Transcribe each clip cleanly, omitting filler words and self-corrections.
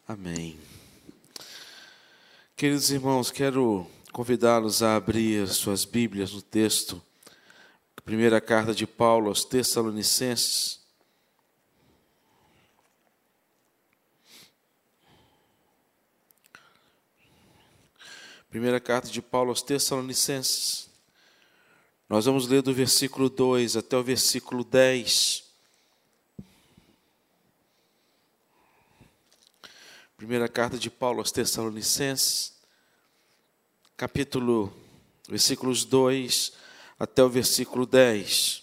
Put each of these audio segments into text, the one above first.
Amém. Queridos irmãos, quero convidá-los a abrir suas Bíblias no texto, primeira carta de Paulo aos Tessalonicenses. Primeira carta de Paulo aos Tessalonicenses. Nós vamos ler do versículo 2 até o versículo 10. Primeira carta de Paulo aos Tessalonicenses, versículos 2 até o versículo 10.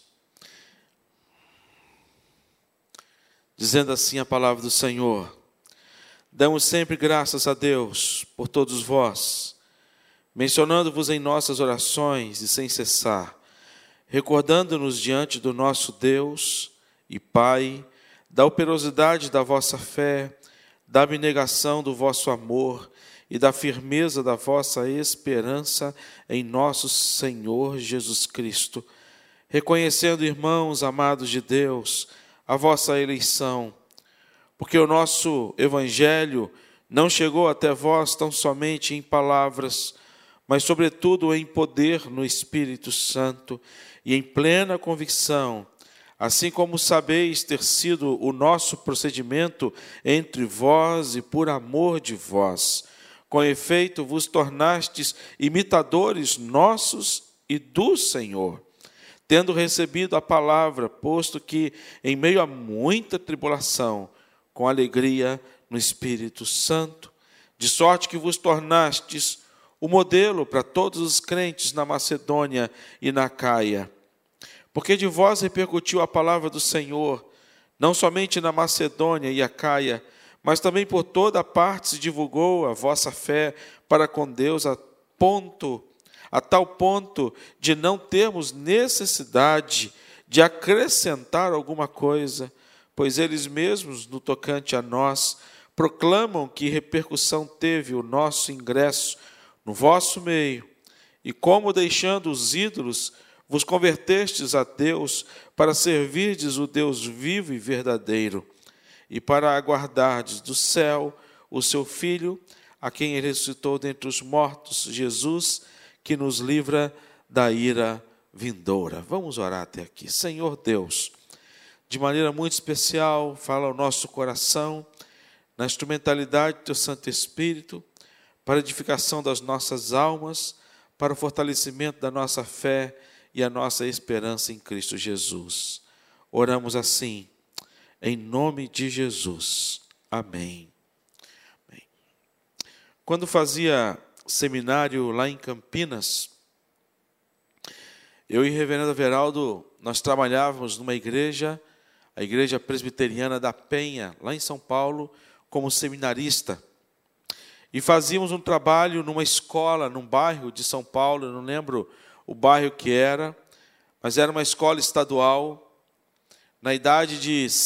Dizendo assim a palavra do Senhor: Damos sempre graças a Deus por todos vós, mencionando-vos em nossas orações e sem cessar, recordando-nos diante do nosso Deus e Pai da operosidade da vossa fé, da abnegação do vosso amor e da firmeza da vossa esperança em nosso Senhor Jesus Cristo, reconhecendo, irmãos amados de Deus, a vossa eleição, porque o nosso Evangelho não chegou até vós tão somente em palavras, mas sobretudo em poder no Espírito Santo e em plena convicção, assim como sabeis ter sido o nosso procedimento entre vós e por amor de vós. Com efeito, vos tornastes imitadores nossos e do Senhor, tendo recebido a palavra, posto que, em meio a muita tribulação, com alegria no Espírito Santo, de sorte que vos tornastes o modelo para todos os crentes na Macedônia e na Acaia. Porque de vós repercutiu a palavra do Senhor, não somente na Macedônia e Acaia, mas também por toda a parte se divulgou a vossa fé para com Deus, a tal ponto de não termos necessidade de acrescentar alguma coisa, pois eles mesmos, no tocante a nós, proclamam que repercussão teve o nosso ingresso no vosso meio, e como deixando os ídolos, vos convertestes a Deus para servirdes o Deus vivo e verdadeiro, e para aguardardes do céu o seu Filho, a quem ele ressuscitou dentre os mortos, Jesus, que nos livra da ira vindoura. Vamos orar até aqui. Senhor Deus, de maneira muito especial, fala ao nosso coração, na instrumentalidade do teu Santo Espírito, para a edificação das nossas almas, para o fortalecimento da nossa fé e a nossa esperança em Cristo Jesus. Oramos assim, em nome de Jesus. Amém. Amém. Quando fazia seminário lá em Campinas, eu e o reverendo Everaldo, nós trabalhávamos numa igreja, a Igreja Presbiteriana da Penha, lá em São Paulo, como seminarista. E fazíamos um trabalho numa escola, num bairro de São Paulo, eu não lembro o bairro que era, mas era uma escola estadual, na idade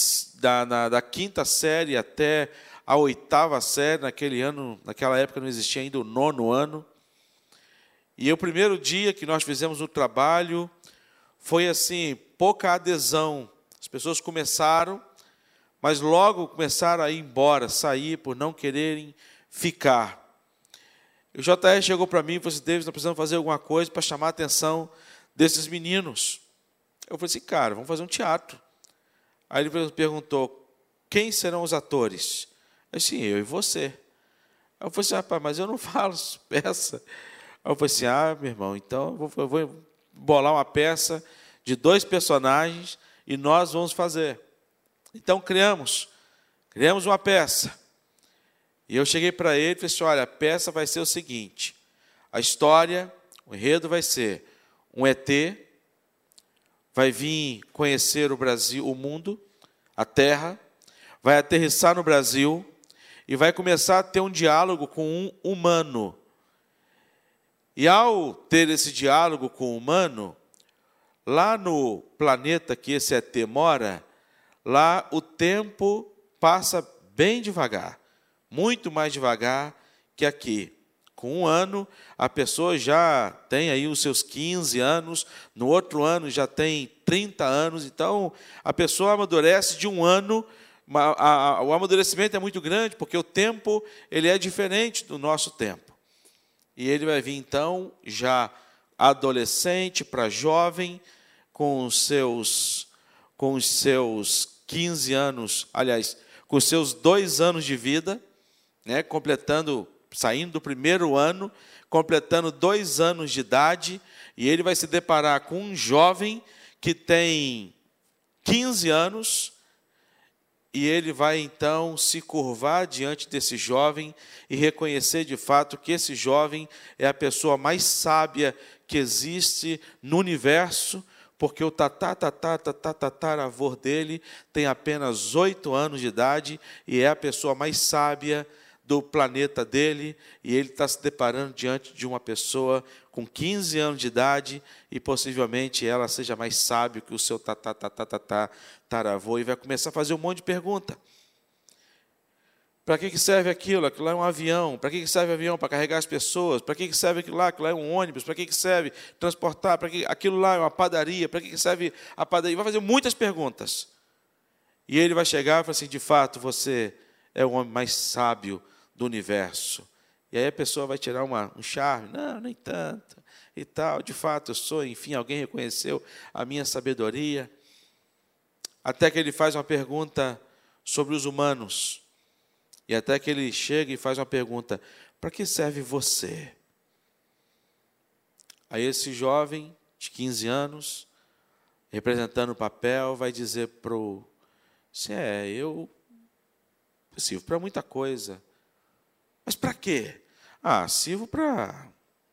da quinta série até a oitava série, naquela época não existia ainda o 9º ano. E o primeiro dia que nós fizemos o trabalho, foi assim, pouca adesão. As pessoas começaram, mas logo começaram a ir embora, sair por não quererem ficar. O JR chegou para mim e falou assim: David, nós precisamos fazer alguma coisa para chamar a atenção desses meninos. Eu falei assim: cara, vamos fazer um teatro. Aí ele perguntou: quem serão os atores? Eu disse: eu e você. Aí eu falei assim: rapaz, mas eu não falo peça. Aí eu falei assim: meu irmão, então eu vou bolar uma peça de 2 personagens e nós vamos fazer. Então criamos uma peça. E eu cheguei para ele e falei assim: olha, a peça vai ser o seguinte, a história, o enredo vai ser um ET, vai vir conhecer o Brasil, o mundo, a Terra, vai aterrissar no Brasil e vai começar a ter um diálogo com um humano. E ao ter esse diálogo com o humano, lá no planeta que esse ET mora, lá o tempo passa bem devagar. Muito mais devagar que aqui. Com 1 ano, a pessoa já tem aí os seus 15 anos, no outro ano já tem 30 anos, então a pessoa amadurece de 1 ano o amadurecimento é muito grande, porque o tempo ele é diferente do nosso tempo. E ele vai vir, então, já adolescente para jovem, com os seus 15 anos, aliás, com os seus 2 anos de vida, né, saindo do primeiro ano, completando 2 anos de idade, e ele vai se deparar com um jovem que tem 15 anos, e ele vai, então, se curvar diante desse jovem e reconhecer, de fato, que esse jovem é a pessoa mais sábia que existe no universo, porque o tataravô dele tem apenas 8 anos de idade e é a pessoa mais sábia do planeta dele, e ele está se deparando diante de uma pessoa com 15 anos de idade, e possivelmente ela seja mais sábia que o seu tataravô, e vai começar a fazer um monte de pergunta. Para que serve aquilo? Aquilo lá é um avião. Para que serve o avião? Para carregar as pessoas. Para que serve aquilo lá? Aquilo lá é um ônibus. Para que serve transportar? Para que aquilo lá é uma padaria? Para que serve a padaria? Vai fazer muitas perguntas. E ele vai chegar e falar assim, de fato, você é o homem mais sábio do universo. E aí a pessoa vai tirar um charme. Não, nem tanto. E tal, de fato, eu sou, enfim, alguém reconheceu a minha sabedoria. Até que ele faz uma pergunta sobre os humanos. E até que ele chega e faz uma pergunta, para que serve você? Aí esse jovem, de 15 anos, representando o papel, vai dizer para o... eu sirvo para muita coisa. Mas para quê? Sirvo para...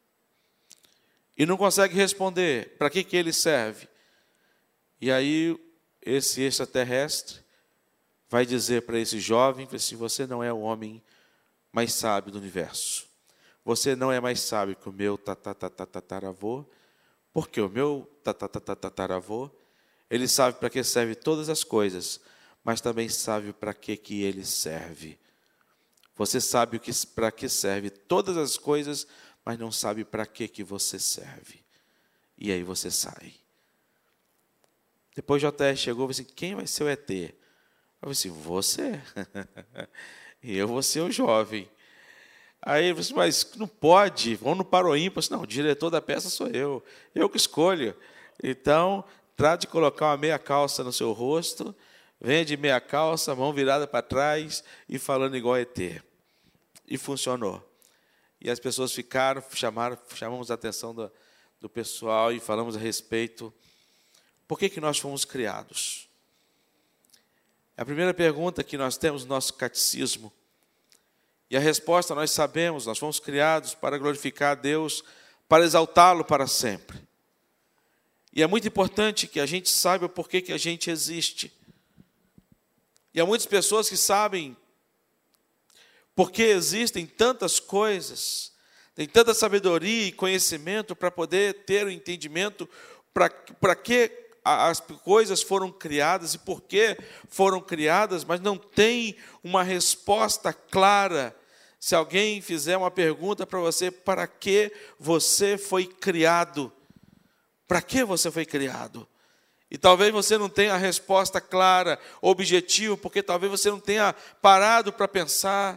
E não consegue responder para que ele serve. E aí esse extraterrestre vai dizer para esse jovem, assim, você não é o homem mais sábio do universo. Você não é mais sábio que o meu tataravô, porque o meu tataravô, ele sabe para que serve todas as coisas, mas também sabe para que ele serve. Você sabe para que serve todas as coisas, mas não sabe para que você serve. E aí você sai. Depois J.R. chegou e disse, quem vai ser o ET? Eu disse, você. E eu vou ser o jovem. Aí ele disse, mas não pode, vamos no Paroímpa. Eu disse, não, o diretor da peça sou eu que escolho. Então, trate de colocar uma meia calça no seu rosto, venha de meia calça, mão virada para trás e falando igual ET. E funcionou. E as pessoas ficaram, chamamos a atenção do pessoal e falamos a respeito. Por que nós fomos criados? A primeira pergunta que nós temos no nosso catecismo. E a resposta nós sabemos, nós fomos criados para glorificar a Deus, para exaltá-lo para sempre. E é muito importante que a gente saiba por que a gente existe. E há muitas pessoas que sabem por que existem tantas coisas, tem tanta sabedoria e conhecimento para poder ter o entendimento para que as coisas foram criadas e por que foram criadas, mas não tem uma resposta clara. Se alguém fizer uma pergunta para você, para que você foi criado? Para que você foi criado? E talvez você não tenha a resposta clara, objetiva, porque talvez você não tenha parado para pensar.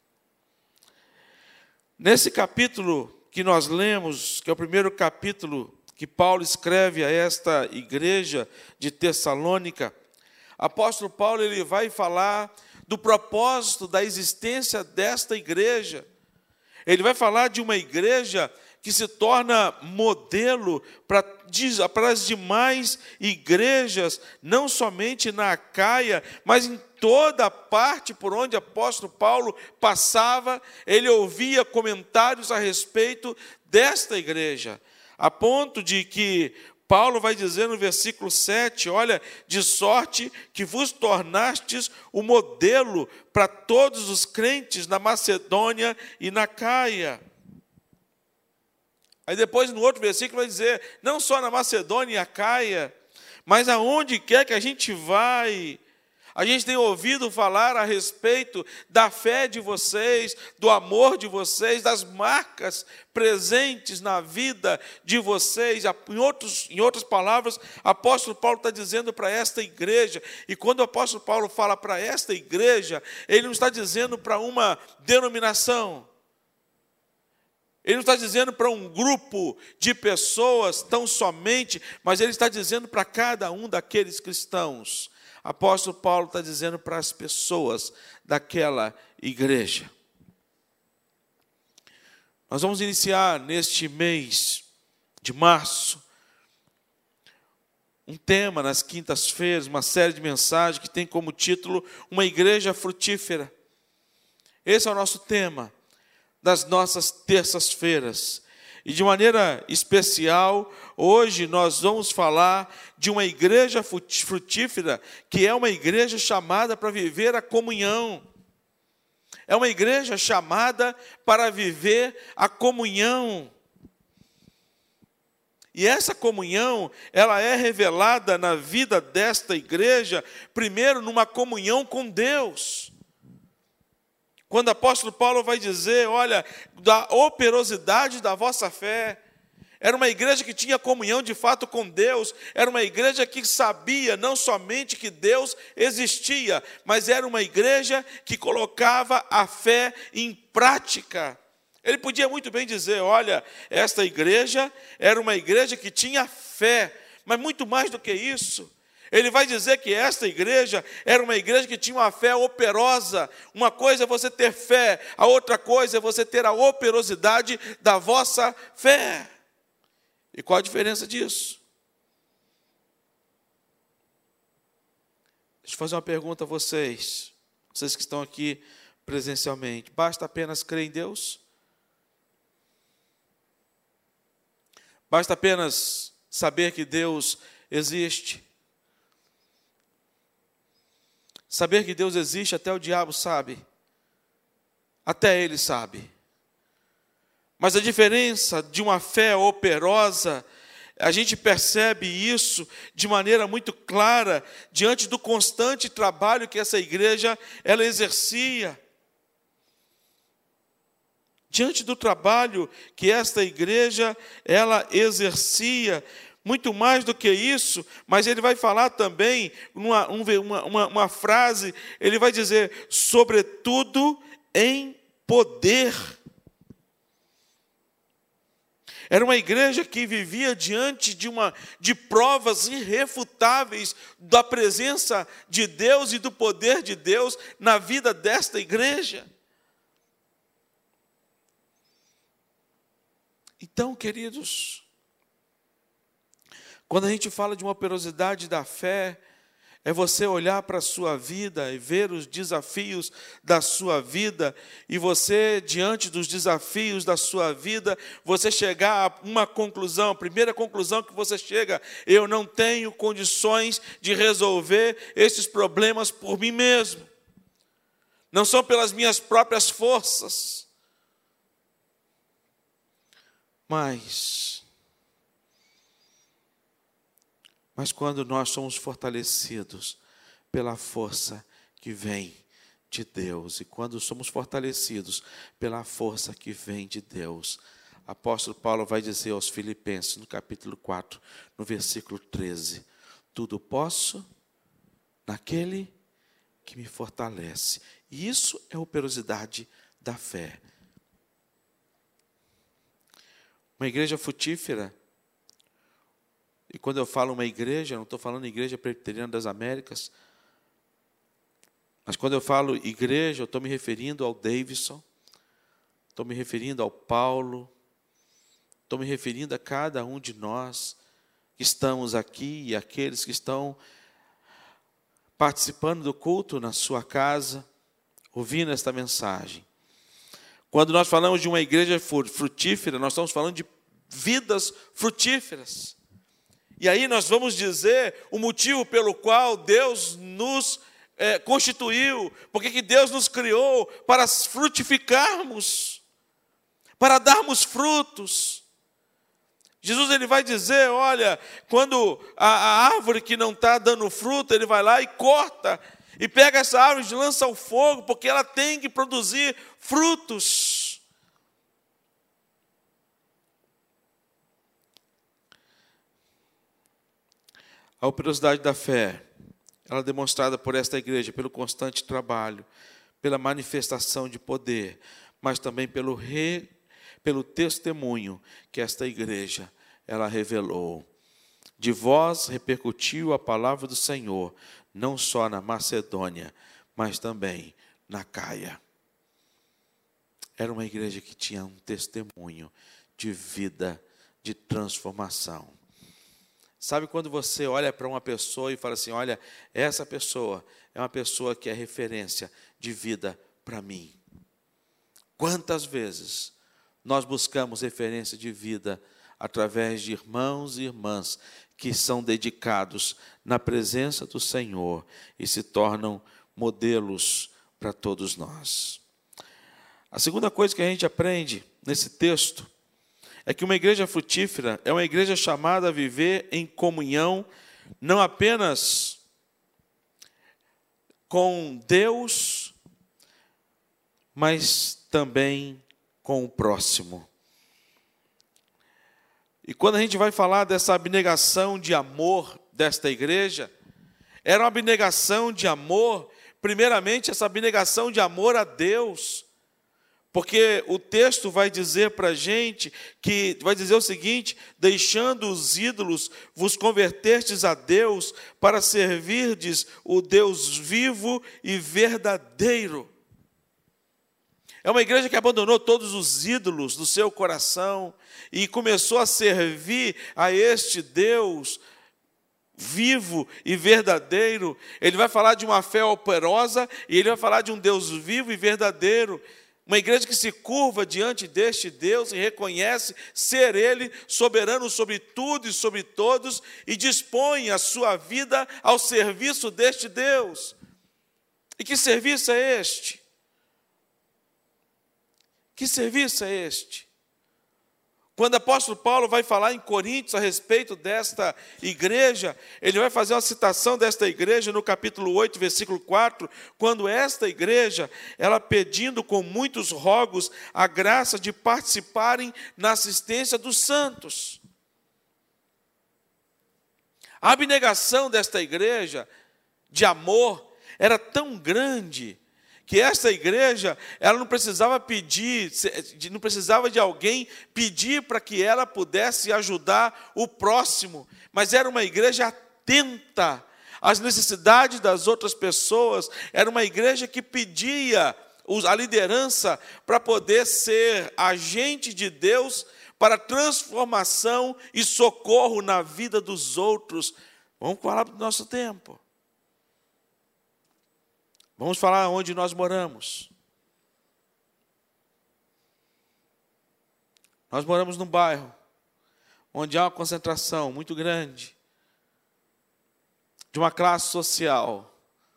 Nesse capítulo que nós lemos, que é o primeiro capítulo que Paulo escreve a esta igreja de Tessalônica, apóstolo Paulo ele vai falar do propósito da existência desta igreja. Ele vai falar de uma igreja que se torna modelo para as demais igrejas, não somente na Acaia, mas em toda a parte por onde o apóstolo Paulo passava, ele ouvia comentários a respeito desta igreja. A ponto de que Paulo vai dizer no versículo 7, olha, de sorte que vos tornastes o modelo para todos os crentes na Macedônia e na Acaia. Aí depois no outro versículo vai dizer, não só na Macedônia e Acaia, mas aonde quer que a gente vai, A gente tem ouvido falar a respeito da fé de vocês, do amor de vocês, das marcas presentes na vida de vocês. Em outras palavras, o apóstolo Paulo está dizendo para esta igreja, e quando o apóstolo Paulo fala para esta igreja, ele não está dizendo para uma denominação, ele não está dizendo para um grupo de pessoas tão somente, mas ele está dizendo para cada um daqueles cristãos. Apóstolo Paulo está dizendo para as pessoas daquela igreja. Nós vamos iniciar neste mês de março um tema nas quintas-feiras, uma série de mensagens que tem como título Uma Igreja Frutífera. Esse é o nosso tema das nossas terças-feiras. E de maneira especial, hoje nós vamos falar de uma igreja frutífera, que é uma igreja chamada para viver a comunhão. É uma igreja chamada para viver a comunhão. E essa comunhão, ela é revelada na vida desta igreja, primeiro numa comunhão com Deus. Quando o apóstolo Paulo vai dizer, olha, da operosidade da vossa fé, era uma igreja que tinha comunhão de fato com Deus, era uma igreja que sabia não somente que Deus existia, mas era uma igreja que colocava a fé em prática. Ele podia muito bem dizer, olha, esta igreja era uma igreja que tinha fé, mas muito mais do que isso. Ele vai dizer que esta igreja era uma igreja que tinha uma fé operosa. Uma coisa é você ter fé, a outra coisa é você ter a operosidade da vossa fé. E qual a diferença disso? Deixa eu fazer uma pergunta a vocês que estão aqui presencialmente. Basta apenas crer em Deus? Basta apenas saber que Deus existe? Saber que Deus existe, até o diabo sabe. Até ele sabe. Mas a diferença de uma fé operosa, a gente percebe isso de maneira muito clara, diante do constante trabalho que essa igreja, ela exercia. Diante do trabalho que esta igreja, ela exercia. Muito mais do que isso, mas ele vai falar também, uma frase, ele vai dizer, sobretudo em poder. Era uma igreja que vivia diante de provas irrefutáveis da presença de Deus e do poder de Deus na vida desta igreja. Então, queridos, quando a gente fala de uma operosidade da fé, é você olhar para a sua vida e ver os desafios da sua vida, e você, diante dos desafios da sua vida, você chegar a uma conclusão, a primeira conclusão que você chega, eu não tenho condições de resolver esses problemas por mim mesmo. Não são pelas minhas próprias forças, mas quando nós somos fortalecidos pela força que vem de Deus, e quando somos fortalecidos pela força que vem de Deus, apóstolo Paulo vai dizer aos Filipenses, no capítulo 4, no versículo 13, tudo posso naquele que me fortalece. E isso é a operosidade da fé. Uma igreja frutífera. E quando eu falo uma igreja, não estou falando Igreja Presbiteriana das Américas, mas quando eu falo igreja, eu estou me referindo ao Davidson, estou me referindo ao Paulo, estou me referindo a cada um de nós que estamos aqui e aqueles que estão participando do culto na sua casa, ouvindo esta mensagem. Quando nós falamos de uma igreja frutífera, nós estamos falando de vidas frutíferas. E aí nós vamos dizer o motivo pelo qual Deus nos constituiu, porque que Deus nos criou para frutificarmos, para darmos frutos. Jesus ele vai dizer, olha, quando a árvore que não está dando fruto, ele vai lá e corta, e pega essa árvore e lança ao fogo, porque ela tem que produzir frutos. A operosidade da fé, ela é demonstrada por esta igreja, pelo constante trabalho, pela manifestação de poder, mas também pelo testemunho que esta igreja, ela revelou. De vós repercutiu a palavra do Senhor, não só na Macedônia, mas também na Caia. Era uma igreja que tinha um testemunho de vida, de transformação. Sabe quando você olha para uma pessoa e fala assim, olha, essa pessoa é uma pessoa que é referência de vida para mim. Quantas vezes nós buscamos referência de vida através de irmãos e irmãs que são dedicados na presença do Senhor e se tornam modelos para todos nós. A segunda coisa que a gente aprende nesse texto é que uma igreja frutífera é uma igreja chamada a viver em comunhão, não apenas com Deus, mas também com o próximo. E quando a gente vai falar dessa abnegação de amor desta igreja, era uma abnegação de amor, primeiramente essa abnegação de amor a Deus, porque o texto vai dizer para a gente, que vai dizer o seguinte, deixando os ídolos, vos convertestes a Deus, para servirdes o Deus vivo e verdadeiro. É uma igreja que abandonou todos os ídolos do seu coração e começou a servir a este Deus vivo e verdadeiro. Ele vai falar de uma fé operosa e ele vai falar de um Deus vivo e verdadeiro. Uma igreja que se curva diante deste Deus e reconhece ser Ele soberano sobre tudo e sobre todos e dispõe a sua vida ao serviço deste Deus. E que serviço é este? Que serviço é este? Quando o apóstolo Paulo vai falar em Coríntios a respeito desta igreja, ele vai fazer uma citação desta igreja no capítulo 8, versículo 4, quando esta igreja, ela pedindo com muitos rogos a graça de participarem na assistência dos santos. A abnegação desta igreja de amor era tão grande que esta igreja, ela não precisava pedir, não precisava de alguém pedir para que ela pudesse ajudar o próximo, mas era uma igreja atenta às necessidades das outras pessoas, era uma igreja que pedia a liderança para poder ser agente de Deus para transformação e socorro na vida dos outros. Vamos falar do nosso tempo. Vamos falar onde nós moramos. Nós moramos num bairro onde há uma concentração muito grande de uma classe social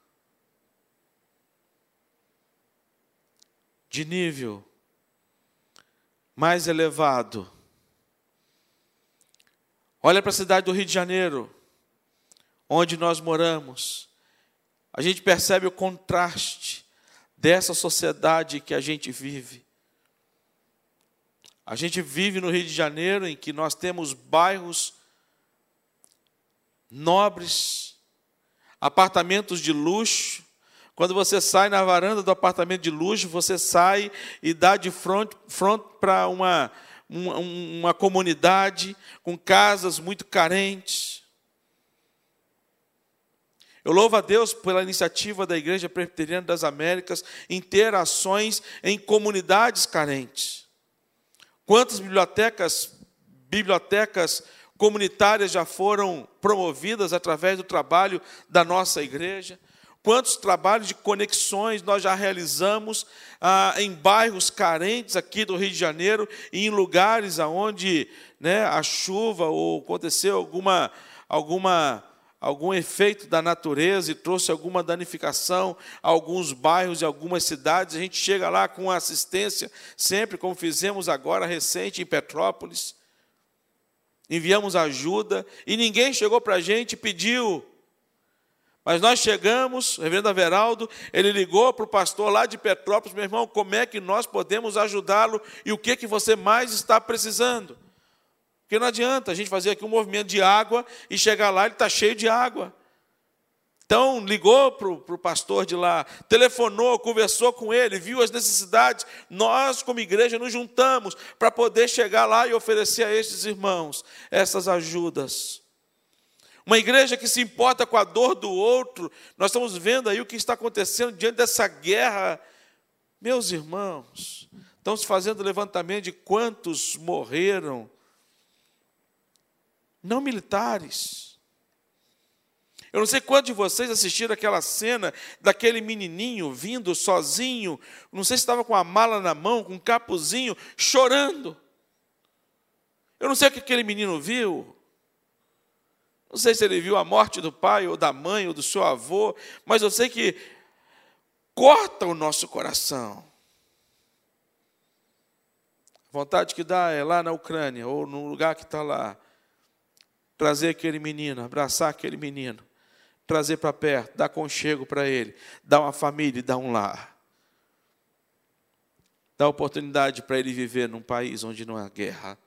de nível mais elevado. Olha para a cidade do Rio de Janeiro, onde nós moramos. A gente percebe o contraste dessa sociedade que a gente vive. A gente vive no Rio de Janeiro, em que nós temos bairros nobres, apartamentos de luxo. Quando você sai na varanda do apartamento de luxo, você sai e dá de front para uma comunidade com casas muito carentes. Eu louvo a Deus pela iniciativa da Igreja Presbiteriana das Américas em ter ações em comunidades carentes. Quantas bibliotecas comunitárias já foram promovidas através do trabalho da nossa igreja? Quantos trabalhos de conexões nós já realizamos em bairros carentes aqui do Rio de Janeiro e em lugares onde a chuva ou aconteceu algum efeito da natureza e trouxe alguma danificação a alguns bairros e algumas cidades. A gente chega lá com assistência, sempre como fizemos agora, recente, em Petrópolis. Enviamos ajuda e ninguém chegou para a gente e pediu Mas nós chegamos, o reverendo Averaldo, ele ligou para o pastor lá de Petrópolis: meu irmão, como é que nós podemos ajudá-lo e o que você mais está precisando? Porque não adianta a gente fazer aqui um movimento de água e chegar lá, ele está cheio de água. Então, ligou para o pastor de lá, telefonou, conversou com ele, viu as necessidades. Nós, como igreja, nos juntamos para poder chegar lá e oferecer a estes irmãos essas ajudas. Uma igreja que se importa com a dor do outro. Nós estamos vendo aí o que está acontecendo diante dessa guerra. Meus irmãos, estamos fazendo levantamento de quantos morreram, não militares. Eu não sei quantos de vocês assistiram aquela cena daquele menininho vindo sozinho, não sei se estava com a mala na mão, com um capuzinho, chorando. Eu não sei o que aquele menino viu. Não sei se ele viu a morte do pai, ou da mãe, ou do seu avô, mas eu sei que corta o nosso coração. A vontade que dá é lá na Ucrânia, ou no lugar que está lá, trazer aquele menino, abraçar aquele menino, trazer para perto, dar aconchego para ele, dar uma família e dar um lar. Dar oportunidade para ele viver num país onde não há guerra.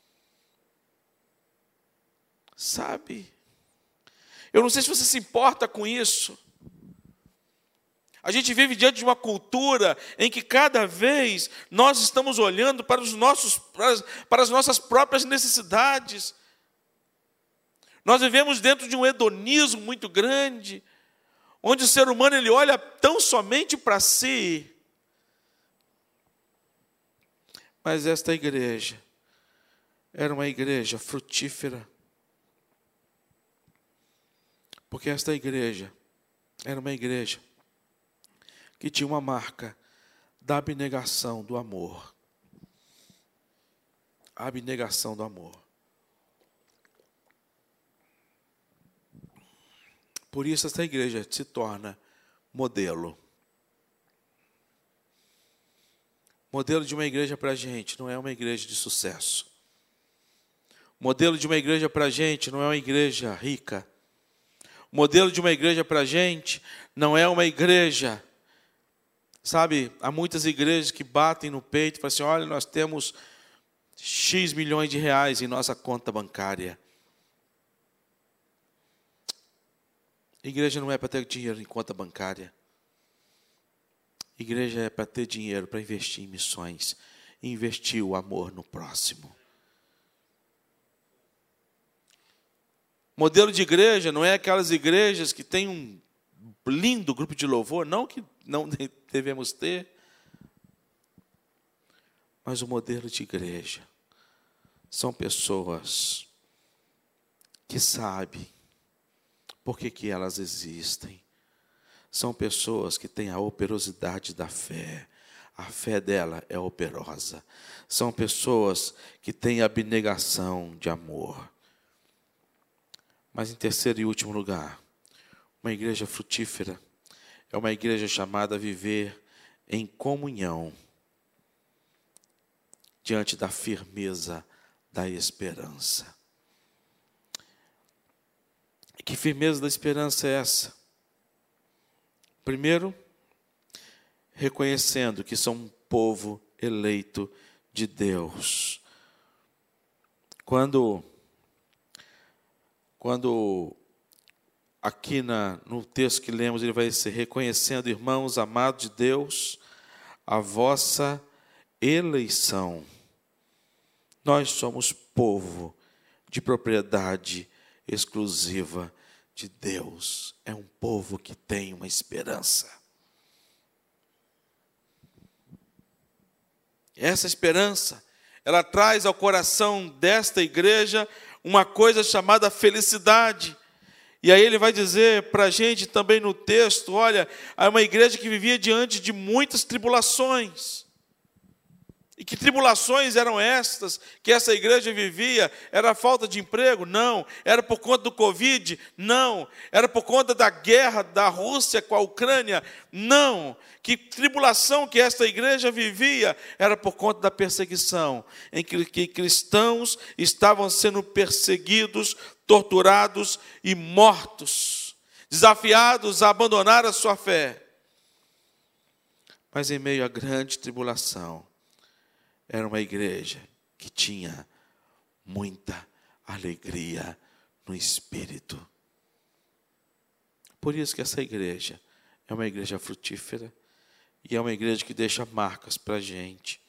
Sabe? Eu não sei se você se importa com isso. A gente vive diante de uma cultura em que cada vez nós estamos olhando para as nossas próprias necessidades. Nós vivemos dentro de um hedonismo muito grande, onde o ser humano ele olha tão somente para si. Mas esta igreja era uma igreja frutífera. Porque esta igreja era uma igreja que tinha uma marca da abnegação do amor. A abnegação do amor. Por isso esta igreja se torna modelo. Modelo de uma igreja para a gente não é uma igreja de sucesso. Modelo de uma igreja para a gente não é uma igreja rica. O modelo de uma igreja para a gente não é uma igreja, sabe, há muitas igrejas que batem no peito e falam assim: olha, nós temos X milhões de reais em nossa conta bancária. Igreja não é para ter dinheiro em conta bancária. Igreja é para ter dinheiro para investir em missões, e investir o amor no próximo. Modelo de igreja não é aquelas igrejas que têm um lindo grupo de louvor, não que não devemos ter, mas o modelo de igreja são pessoas que sabem por que elas existem. São pessoas que têm a operosidade da fé. A fé dela é operosa. São pessoas que têm abnegação de amor. Mas em terceiro e último lugar, uma igreja frutífera é uma igreja chamada a viver em comunhão diante da firmeza da esperança. E que firmeza da esperança é essa? Primeiro, reconhecendo que são um povo eleito de Deus. Quando aqui no texto que lemos, ele vai ser reconhecendo, irmãos amados de Deus, a vossa eleição. Nós somos povo de propriedade exclusiva de Deus. É um povo que tem uma esperança. Essa esperança, ela traz ao coração desta igreja uma coisa chamada felicidade. E aí ele vai dizer para a gente também no texto, olha, é uma igreja que vivia diante de muitas tribulações. E que tribulações eram estas que essa igreja vivia? Era a falta de emprego? Não. Era por conta do Covid? Não. Era por conta da guerra da Rússia com a Ucrânia? Não. Que tribulação que esta igreja vivia? Era por conta da perseguição, em que cristãos estavam sendo perseguidos, torturados e mortos. desafiados a abandonar a sua fé. Mas em meio à grande tribulação, era uma igreja que tinha muita alegria no Espírito. Por isso que essa igreja é uma igreja frutífera e é uma igreja que deixa marcas para a gente.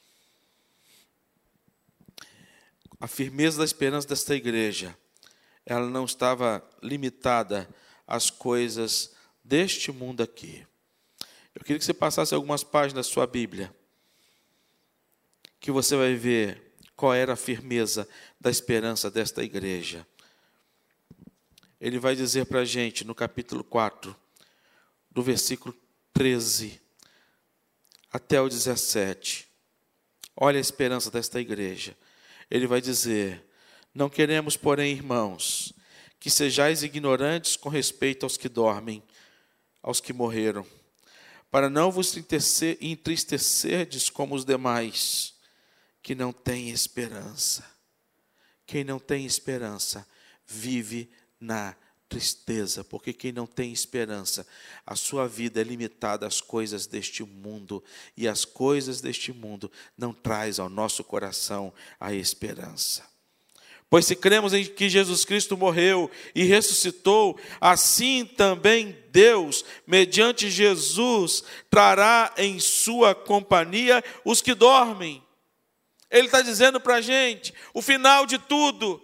A firmeza da esperança desta igreja, ela não estava limitada às coisas deste mundo aqui. Eu queria que você passasse algumas páginas da sua Bíblia, que você vai ver qual era a firmeza da esperança desta igreja. Ele vai dizer para a gente, no capítulo 4, do versículo 13 até o 17. Olha a esperança desta igreja. Ele vai dizer: não queremos, porém, irmãos, que sejais ignorantes com respeito aos que dormem, aos que morreram, para não vos entristecerdes como os demais, que não têm esperança. Quem não tem esperança vive na tristeza, porque quem não tem esperança, a sua vida é limitada às coisas deste mundo, e as coisas deste mundo não traz ao nosso coração a esperança. Pois se cremos em que Jesus Cristo morreu e ressuscitou, assim também Deus, mediante Jesus, trará em sua companhia os que dormem. Ele está dizendo para a gente, o final de tudo.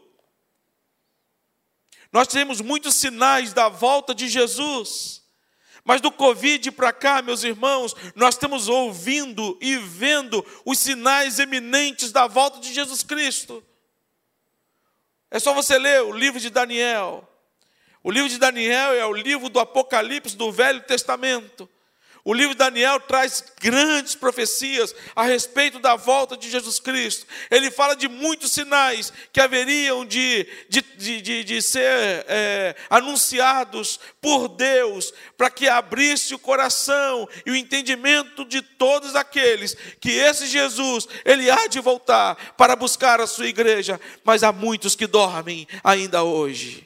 Nós temos muitos sinais da volta de Jesus, mas do Covid para cá, meus irmãos, nós estamos ouvindo e vendo os sinais eminentes da volta de Jesus Cristo. É só você ler o livro de Daniel. O livro de Daniel é o livro do Apocalipse do Velho Testamento. O livro de Daniel traz grandes profecias a respeito da volta de Jesus Cristo. Ele fala de muitos sinais que haveriam de ser anunciados por Deus, para que abrisse o coração e o entendimento de todos aqueles que esse Jesus, ele há de voltar para buscar a sua igreja. Mas há muitos que dormem ainda hoje.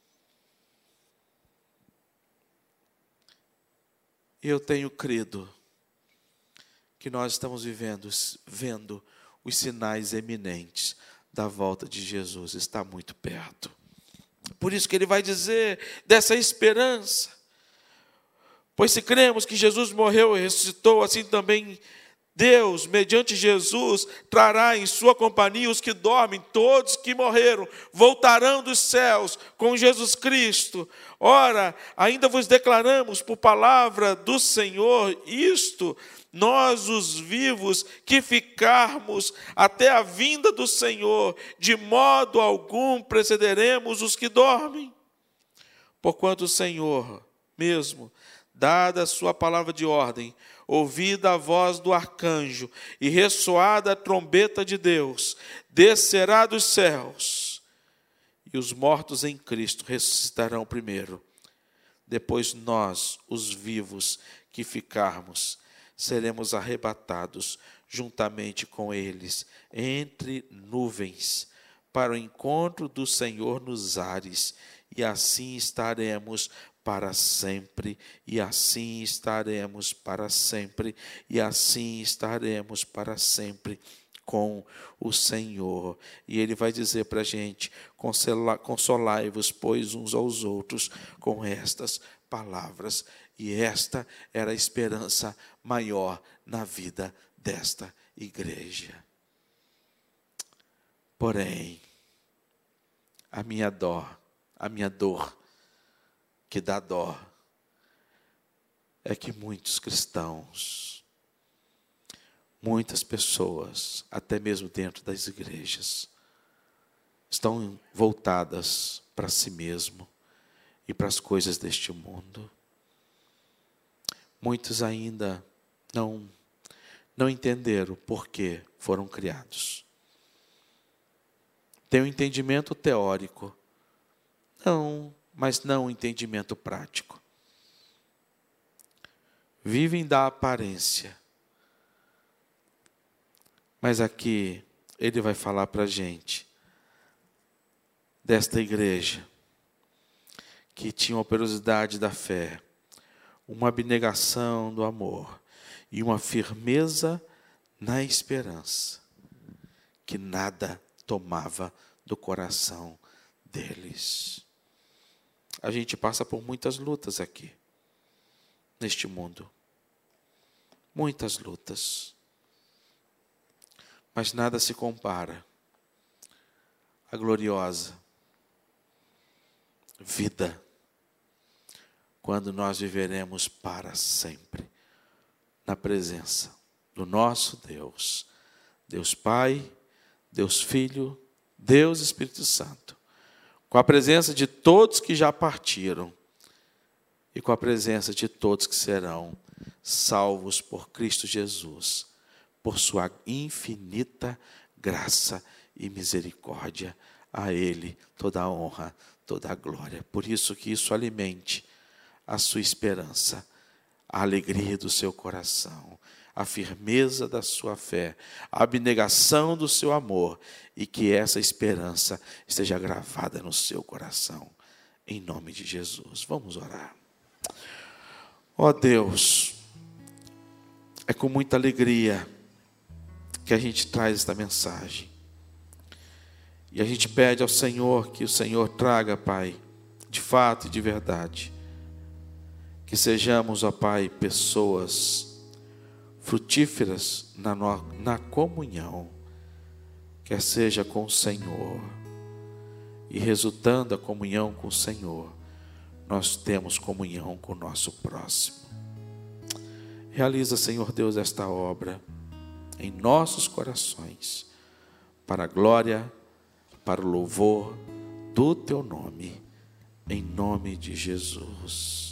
Eu tenho crido que nós estamos vendo os sinais eminentes da volta de Jesus. Está muito perto. Por isso que ele vai dizer dessa esperança. Pois se cremos que Jesus morreu e ressuscitou, assim também Deus, mediante Jesus, trará em sua companhia os que dormem, todos que morreram, voltarão dos céus com Jesus Cristo. Ora, ainda vos declaramos por palavra do Senhor isto, nós os vivos que ficarmos até a vinda do Senhor, de modo algum precederemos os que dormem. Porquanto o Senhor mesmo, dada a sua palavra de ordem, ouvida a voz do arcanjo e ressoada a trombeta de Deus, descerá dos céus, e os mortos em Cristo ressuscitarão primeiro. Depois nós, os vivos que ficarmos, seremos arrebatados juntamente com eles entre nuvens, para o encontro do Senhor nos ares, e assim estaremos para sempre, e assim estaremos para sempre, e assim estaremos para sempre com o Senhor. E ele vai dizer para a gente: consolai-vos, pois, uns aos outros com estas palavras. E esta era a esperança maior na vida desta igreja. Porém, a minha dor, que dá dó, é que muitos cristãos, muitas pessoas, até mesmo dentro das igrejas, estão voltadas para si mesmo e para as coisas deste mundo. Muitos ainda não entenderam por que foram criados. Tem um entendimento teórico, mas não um entendimento prático. Vivem da aparência. Mas aqui ele vai falar para a gente desta igreja, que tinham a operosidade da fé, uma abnegação do amor e uma firmeza na esperança, que nada tomava do coração deles. A gente passa por muitas lutas aqui, neste mundo. Muitas lutas. Mas nada se compara à gloriosa vida, quando nós viveremos para sempre na presença do nosso Deus, Deus Pai, Deus Filho, Deus Espírito Santo, com a presença de todos que já partiram e com a presença de todos que serão salvos por Cristo Jesus, por sua infinita graça e misericórdia. A Ele toda a honra, toda a glória. Por isso que isso alimente a sua esperança, a alegria do seu coração, a firmeza da sua fé, a abnegação do seu amor, e que essa esperança esteja gravada no seu coração, em nome de Jesus. Vamos orar. Ó Deus, é com muita alegria que a gente traz esta mensagem. E a gente pede ao Senhor que o Senhor traga, Pai, de fato e de verdade, que sejamos, ó Pai, pessoas frutíferas na comunhão, quer seja com o Senhor, e resultando a comunhão com o Senhor, nós temos comunhão com o nosso próximo. Realiza, Senhor Deus, esta obra em nossos corações, para a glória, para o louvor do Teu nome, em nome de Jesus.